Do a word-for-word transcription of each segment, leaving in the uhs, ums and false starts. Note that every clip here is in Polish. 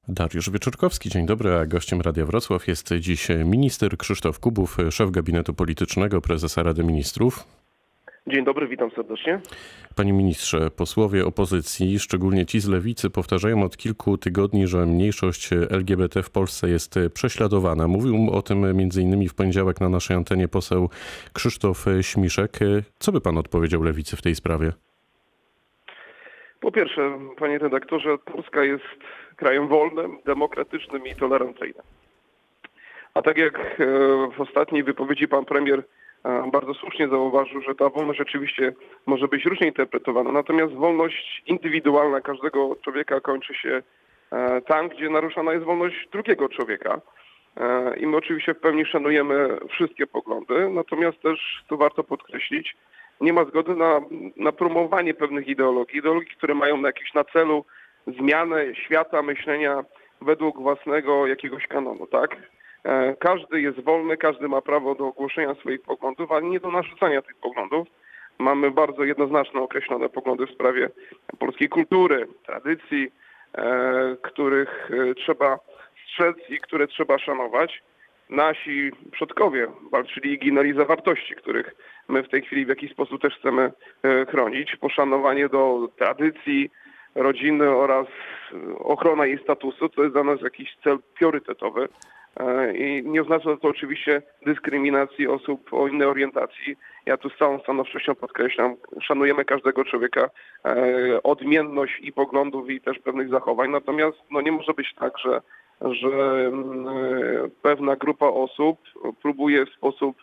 Dariusz Wieczorkowski, dzień dobry, a gościem Radia Wrocław jest dziś minister Krzysztof Kubów, szef gabinetu politycznego prezesa Rady Ministrów. Dzień dobry, witam serdecznie. Panie ministrze, posłowie opozycji, szczególnie ci z lewicy, powtarzają od kilku tygodni, że mniejszość L G B T w Polsce jest prześladowana. Mówił o tym między innymi w poniedziałek na naszej antenie poseł Krzysztof Śmiszek. Co by pan odpowiedział lewicy w tej sprawie? Po pierwsze, panie redaktorze, Polska jest krajem wolnym, demokratycznym i tolerancyjnym. A tak jak w ostatniej wypowiedzi pan premier bardzo słusznie zauważył, że ta wolność rzeczywiście może być różnie interpretowana. Natomiast wolność indywidualna każdego człowieka kończy się tam, gdzie naruszana jest wolność drugiego człowieka. I my oczywiście w pełni szanujemy wszystkie poglądy, natomiast też, tu warto podkreślić, nie ma zgody na, na promowanie pewnych ideologii, ideologii, które mają na jakiś na celu zmianę świata, myślenia według własnego jakiegoś kanonu, tak? Każdy jest wolny, każdy ma prawo do ogłoszenia swoich poglądów, ale nie do narzucania tych poglądów. Mamy bardzo jednoznaczne określone poglądy w sprawie polskiej kultury, tradycji, których trzeba strzec i które trzeba szanować. Nasi przodkowie walczyli i ginęli za wartości, których my w tej chwili w jakiś sposób też chcemy chronić. Poszanowanie do tradycji, rodziny oraz ochrona jej statusu to jest dla nas jakiś cel priorytetowy. I nie oznacza to oczywiście dyskryminacji osób o innej orientacji. Ja tu z całą stanowczością podkreślam, szanujemy każdego człowieka, odmienność i poglądów i też pewnych zachowań. Natomiast no, nie może być tak, że, że pewna grupa osób próbuje w sposób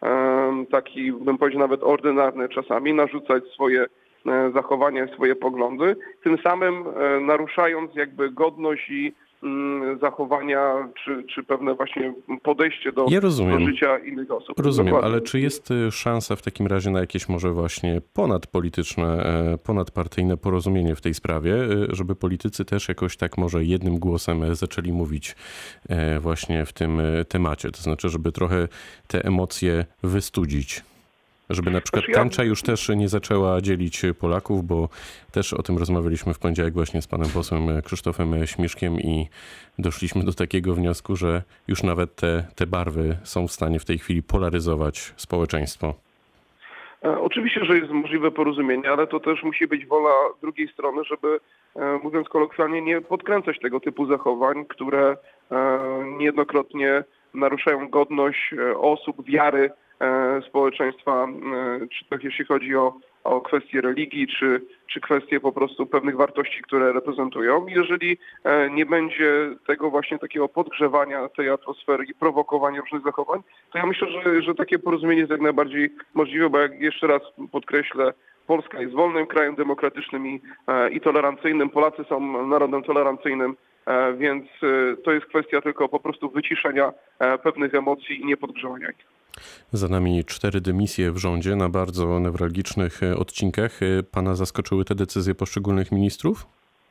taki, bym powiedział, nawet ordynarny czasami narzucać swoje zachowania, swoje poglądy, tym samym naruszając jakby godność i zachowania, czy, czy pewne właśnie podejście do, ja do życia innych osób. Rozumiem, Dokładnie. Ale czy jest szansa w takim razie na jakieś może właśnie ponadpolityczne, ponadpartyjne porozumienie w tej sprawie, żeby politycy też jakoś tak może jednym głosem zaczęli mówić właśnie w tym temacie, to znaczy, żeby trochę te emocje wystudzić? Żeby na przykład tęcza już też nie zaczęła dzielić Polaków, bo też o tym rozmawialiśmy w poniedziałek właśnie z panem posłem Krzysztofem Śmiszkiem i doszliśmy do takiego wniosku, że już nawet te, te barwy są w stanie w tej chwili polaryzować społeczeństwo. Oczywiście, że jest możliwe porozumienie, ale to też musi być wola drugiej strony, żeby, mówiąc kolokwialnie, nie podkręcać tego typu zachowań, które niejednokrotnie naruszają godność osób, wiary społeczeństwa, czy to jeśli chodzi o, o kwestie religii, czy, czy kwestie po prostu pewnych wartości, które reprezentują. Jeżeli nie będzie tego właśnie takiego podgrzewania tej atmosfery i prowokowania różnych zachowań, to ja myślę, że, że takie porozumienie jest jak najbardziej możliwe, bo jak jeszcze raz podkreślę, Polska jest wolnym krajem demokratycznym i, i tolerancyjnym. Polacy są narodem tolerancyjnym, więc to jest kwestia tylko po prostu wyciszenia pewnych emocji i nie podgrzewania ich. Za nami cztery dymisje w rządzie na bardzo newralgicznych odcinkach. Pana zaskoczyły te decyzje poszczególnych ministrów?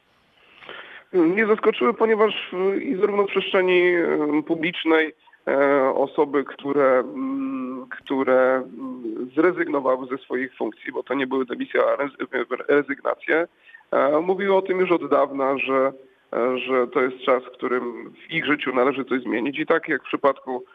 Nie zaskoczyły, ponieważ i zarówno w przestrzeni publicznej osoby, które, które zrezygnowały ze swoich funkcji, bo to nie były dymisje, a rezygnacje, mówiły o tym już od dawna, że, że to jest czas, w którym w ich życiu należy coś zmienić. I tak jak w przypadku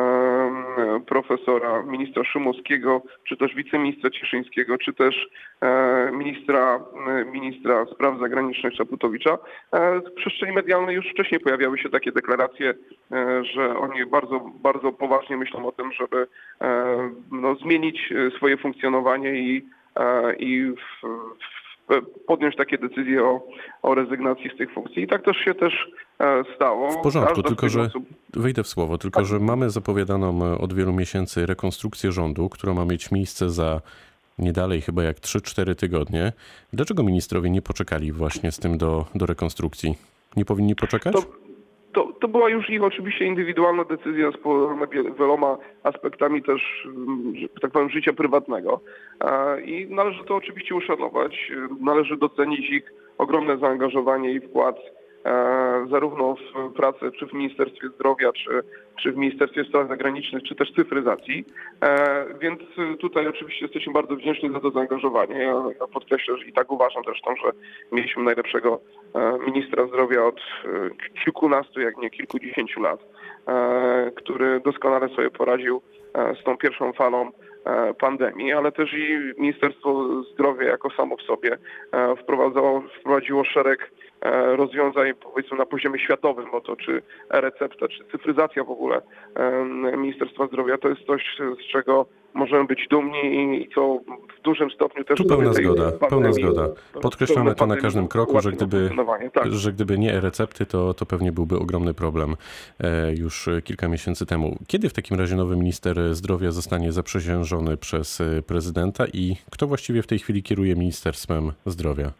profesora ministra Szumowskiego, czy też wiceministra Cieszyńskiego, czy też ministra, ministra spraw zagranicznych Czaputowicza. W przestrzeni medialnej już wcześniej pojawiały się takie deklaracje, że oni bardzo, bardzo poważnie myślą o tym, żeby no, zmienić swoje funkcjonowanie i, i w, podjąć takie decyzje o, o rezygnacji z tych funkcji. I tak też się też stało. W porządku, tylko że osób... wejdę w słowo, tylko tak. że mamy zapowiadaną od wielu miesięcy rekonstrukcję rządu, która ma mieć miejsce za nie dalej chyba jak trzy cztery tygodnie. Dlaczego ministrowie nie poczekali właśnie z tym do, do rekonstrukcji? Nie powinni poczekać? To... To, to była już ich oczywiście indywidualna decyzja z wieloma aspektami też, tak powiem, życia prywatnego. I należy to oczywiście uszanować. Należy docenić ich ogromne zaangażowanie i wkład zarówno w pracy czy w Ministerstwie Zdrowia, czy, czy w Ministerstwie Spraw Zagranicznych, czy też cyfryzacji. Więc tutaj oczywiście jesteśmy bardzo wdzięczni za to zaangażowanie. Ja, ja podkreślę, że i tak uważam zresztą, że mieliśmy najlepszego ministra zdrowia od kilkunastu, jak nie kilkudziesięciu lat, który doskonale sobie poradził z tą pierwszą falą pandemii, ale też i Ministerstwo Zdrowia jako samo w sobie wprowadzało, wprowadziło szereg rozwiązań, powiedzmy, na poziomie światowym, bo to czy e-recepta, czy cyfryzacja w ogóle Ministerstwa Zdrowia to jest coś, z czego możemy być dumni i co w dużym stopniu też... Tu pełna zgoda, pełna zgoda. Podkreślamy to na każdym kroku, że gdyby, tak. że gdyby nie e-recepty, to, to pewnie byłby ogromny problem już kilka miesięcy temu. Kiedy w takim razie nowy minister zdrowia zostanie zaprzysiężony przez prezydenta i kto właściwie w tej chwili kieruje Ministerstwem Zdrowia?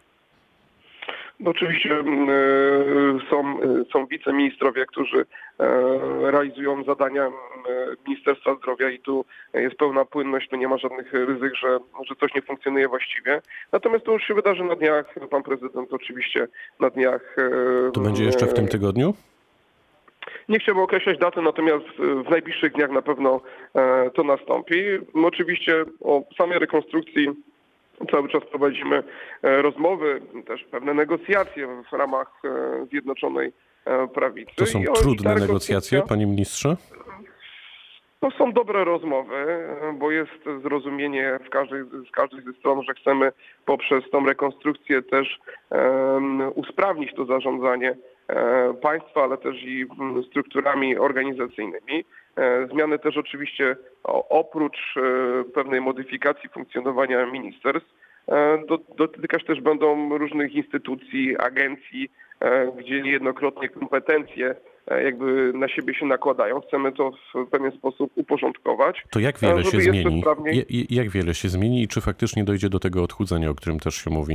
No oczywiście są, są wiceministrowie, którzy realizują zadania Ministerstwa Zdrowia i tu jest pełna płynność, tu nie ma żadnych ryzyk, że, że coś nie funkcjonuje właściwie. Natomiast to już się wydarzy na dniach. Pan prezydent oczywiście na dniach... To będzie jeszcze w tym tygodniu? Nie chciałbym określać daty, natomiast w najbliższych dniach na pewno to nastąpi. Oczywiście o samej rekonstrukcji cały czas prowadzimy rozmowy, też pewne negocjacje w ramach Zjednoczonej Prawicy. To są trudne negocjacje, panie ministrze? To są dobre rozmowy, bo jest zrozumienie w każdej, z każdej ze stron, że chcemy poprzez tą rekonstrukcję też um, usprawnić to zarządzanie um, państwa, ale też i um, strukturami organizacyjnymi. Um, zmiany też oczywiście o, oprócz um, pewnej modyfikacji funkcjonowania ministerstw um, do, dotykać też będą różnych instytucji, agencji, um, gdzie niejednokrotnie kompetencje jakby na siebie się nakładają. Chcemy to w pewien sposób uporządkować. To jak wiele się zmieni? Sprawniej... Jak wiele się zmieni i czy faktycznie dojdzie do tego odchudzania, o którym też się mówi?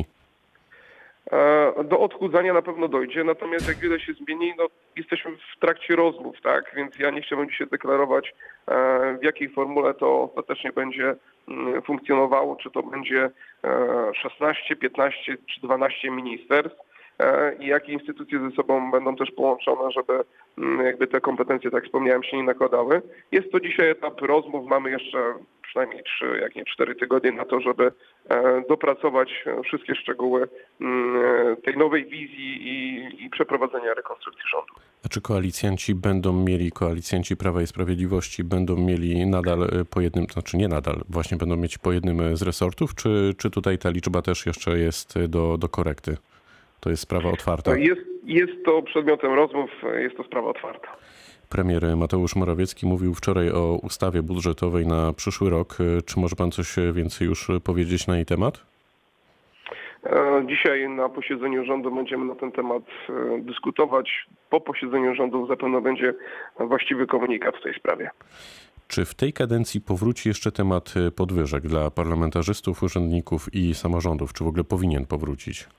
Do odchudzania na pewno dojdzie, natomiast jak wiele się zmieni, no jesteśmy w trakcie rozmów, tak? Więc ja nie chciałbym dzisiaj deklarować, w jakiej formule to ostatecznie będzie funkcjonowało, czy to będzie szesnaście, piętnaście czy dwanaście ministerstw. I jakie instytucje ze sobą będą też połączone, żeby jakby te kompetencje, tak wspomniałem, się nie nakładały. Jest to dzisiaj etap rozmów, mamy jeszcze przynajmniej trzy, jak nie cztery tygodnie na to, żeby dopracować wszystkie szczegóły tej nowej wizji i, i przeprowadzenia rekonstrukcji rządu. A czy koalicjanci będą mieli, koalicjanci Prawa i Sprawiedliwości będą mieli nadal po jednym, znaczy nie nadal, właśnie będą mieć po jednym z resortów, czy, czy tutaj ta liczba też jeszcze jest do, do korekty? To jest sprawa otwarta. Jest, jest to przedmiotem rozmów, jest to sprawa otwarta. Premier Mateusz Morawiecki mówił wczoraj o ustawie budżetowej na przyszły rok. Czy może pan coś więcej już powiedzieć na jej temat? Dzisiaj na posiedzeniu rządu będziemy na ten temat dyskutować. Po posiedzeniu rządu zapewne będzie właściwy komunikat w tej sprawie. Czy w tej kadencji powróci jeszcze temat podwyżek dla parlamentarzystów, urzędników i samorządów? Czy w ogóle powinien powrócić?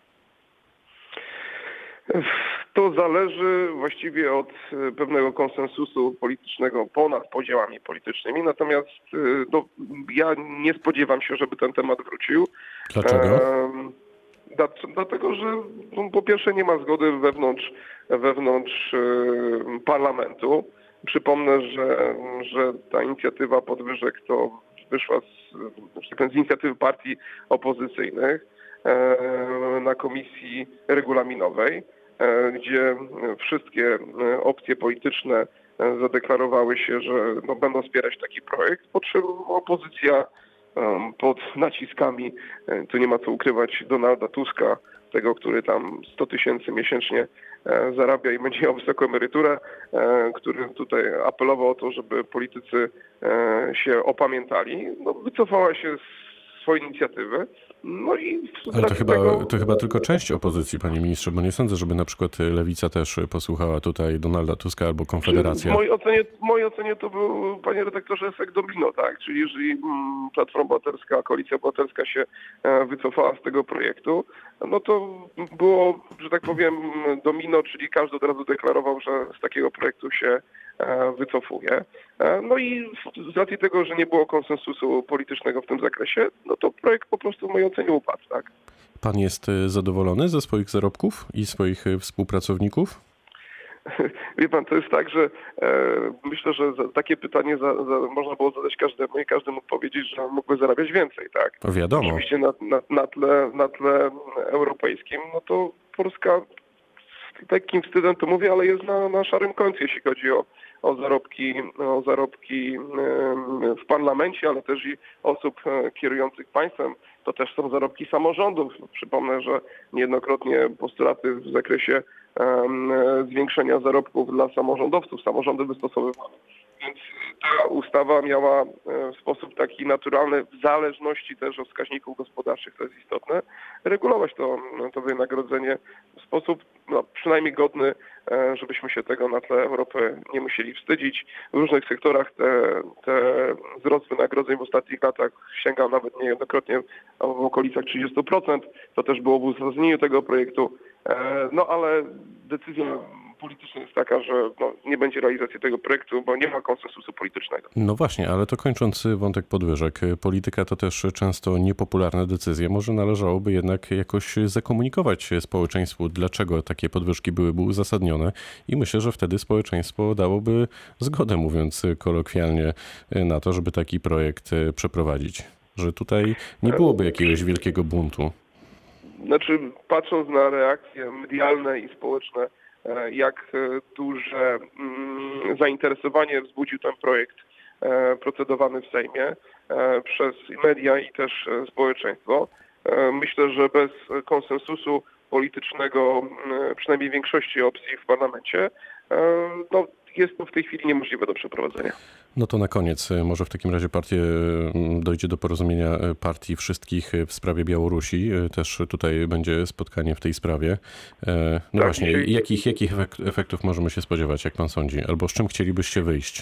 To zależy właściwie od pewnego konsensusu politycznego ponad podziałami politycznymi, natomiast no, ja nie spodziewam się, żeby ten temat wrócił. Dlaczego? Dlatego, że no, po pierwsze nie ma zgody wewnątrz, wewnątrz parlamentu. Przypomnę, że, że ta inicjatywa podwyżek to wyszła z, z inicjatywy partii opozycyjnych na komisji regulaminowej, gdzie wszystkie opcje polityczne zadeklarowały się, że no, będą wspierać taki projekt, po czym opozycja pod naciskami, tu nie ma co ukrywać, Donalda Tuska, tego, który tam sto tysięcy miesięcznie zarabia i będzie miał wysoką emeryturę, który tutaj apelował o to, żeby politycy się opamiętali, no, wycofała się z swojej inicjatywy. No i Ale to chyba, tego... to chyba tylko część opozycji, panie ministrze, bo nie sądzę, żeby na przykład Lewica też posłuchała tutaj Donalda Tuska albo Konfederacja. W mojej ocenie, w mojej ocenie to był, panie redaktorze, efekt domino, tak? Czyli jeżeli Platforma Obywatelska, Koalicja Obywatelska się wycofała z tego projektu, no to było, że tak powiem, domino, czyli każdy od razu deklarował, że z takiego projektu się wycofuje. No i z racji tego, że nie było konsensusu politycznego w tym zakresie, no to projekt po prostu w mojej ocenie upadł, tak? Pan jest zadowolony ze swoich zarobków i swoich współpracowników? Wie pan, to jest tak, że e, myślę, że za, takie pytanie za, za, można było zadać każdemu i każdy mógł powiedzieć, że mógłby zarabiać więcej, tak? To wiadomo. Oczywiście na, na, na, tle, na tle europejskim, no to Polska, z takim wstydem to mówię, ale jest na, na szarym końcu, jeśli chodzi o, o zarobki, o zarobki w parlamencie, ale też i osób kierujących państwem. To też są zarobki samorządów. Przypomnę, że niejednokrotnie postulaty w zakresie zwiększenia zarobków dla samorządowców, samorządy wystosowywane. Więc ta ustawa miała w sposób taki naturalny, w zależności też od wskaźników gospodarczych, to jest istotne, regulować to, to wynagrodzenie w sposób no, przynajmniej godny, żebyśmy się tego na tle Europy nie musieli wstydzić. W różnych sektorach te, te wzrost wynagrodzeń w ostatnich latach sięgał nawet niejednokrotnie w okolicach trzydzieści procent. To też było w uzasadnieniu tego projektu. No ale decyzja polityczna jest taka, że no, nie będzie realizacji tego projektu, bo nie ma konsensusu politycznego. No właśnie, ale to kończąc wątek podwyżek. Polityka to też często niepopularne decyzje. Może należałoby jednak jakoś zakomunikować społeczeństwu, dlaczego takie podwyżki byłyby uzasadnione i myślę, że wtedy społeczeństwo dałoby zgodę, mówiąc kolokwialnie, na to, żeby taki projekt przeprowadzić. Że tutaj nie byłoby jakiegoś wielkiego buntu. Znaczy, patrząc na reakcje medialne i społeczne, jak duże zainteresowanie wzbudził ten projekt procedowany w Sejmie przez media i też społeczeństwo. Myślę, że bez konsensusu politycznego, przynajmniej większości opcji w parlamencie, no, jest to w tej chwili niemożliwe do przeprowadzenia. No to na koniec, może w takim razie partie dojdzie do porozumienia partii wszystkich w sprawie Białorusi. Też tutaj będzie spotkanie w tej sprawie. No tak, właśnie, dzisiaj... jakich, jakich efektów możemy się spodziewać, jak pan sądzi? Albo z czym chcielibyście wyjść?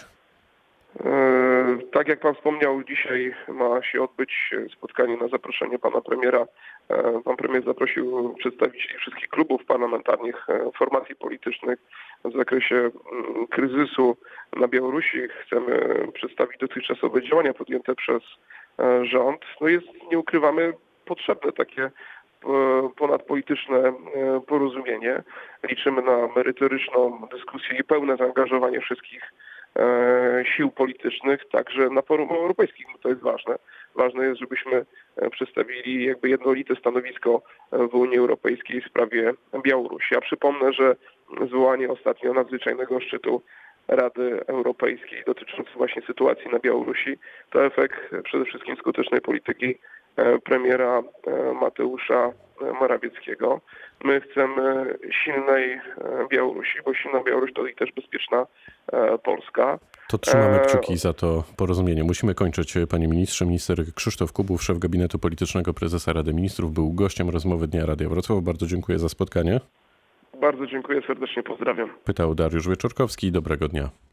Tak jak pan wspomniał, dzisiaj ma się odbyć spotkanie na zaproszenie pana premiera. Pan premier zaprosił przedstawicieli wszystkich klubów parlamentarnych, formacji politycznych w zakresie kryzysu na Białorusi. Chcemy przedstawić dotychczasowe działania podjęte przez rząd. No jest, nie ukrywamy, potrzebne takie ponadpolityczne porozumienie. Liczymy na merytoryczną dyskusję i pełne zaangażowanie wszystkich sił politycznych, także na forum europejskim. To jest ważne. Ważne jest, żebyśmy przedstawili jakby jednolite stanowisko w Unii Europejskiej w sprawie Białorusi. Ja przypomnę, że zwołanie ostatnio nadzwyczajnego szczytu Rady Europejskiej dotyczący właśnie sytuacji na Białorusi to efekt przede wszystkim skutecznej polityki premiera Mateusza Morawieckiego. My chcemy silnej Białorusi, bo silna Białoruś to i też bezpieczna Polska. To trzymamy kciuki za to porozumienie. Musimy kończyć, panie ministrze. Minister Krzysztof Kubów, szef gabinetu politycznego prezesa Rady Ministrów, był gościem rozmowy Dnia Radia Wrocław. Bardzo dziękuję za spotkanie. Bardzo dziękuję, serdecznie pozdrawiam. Pytał Dariusz Wieczorkowski. Dobrego dnia.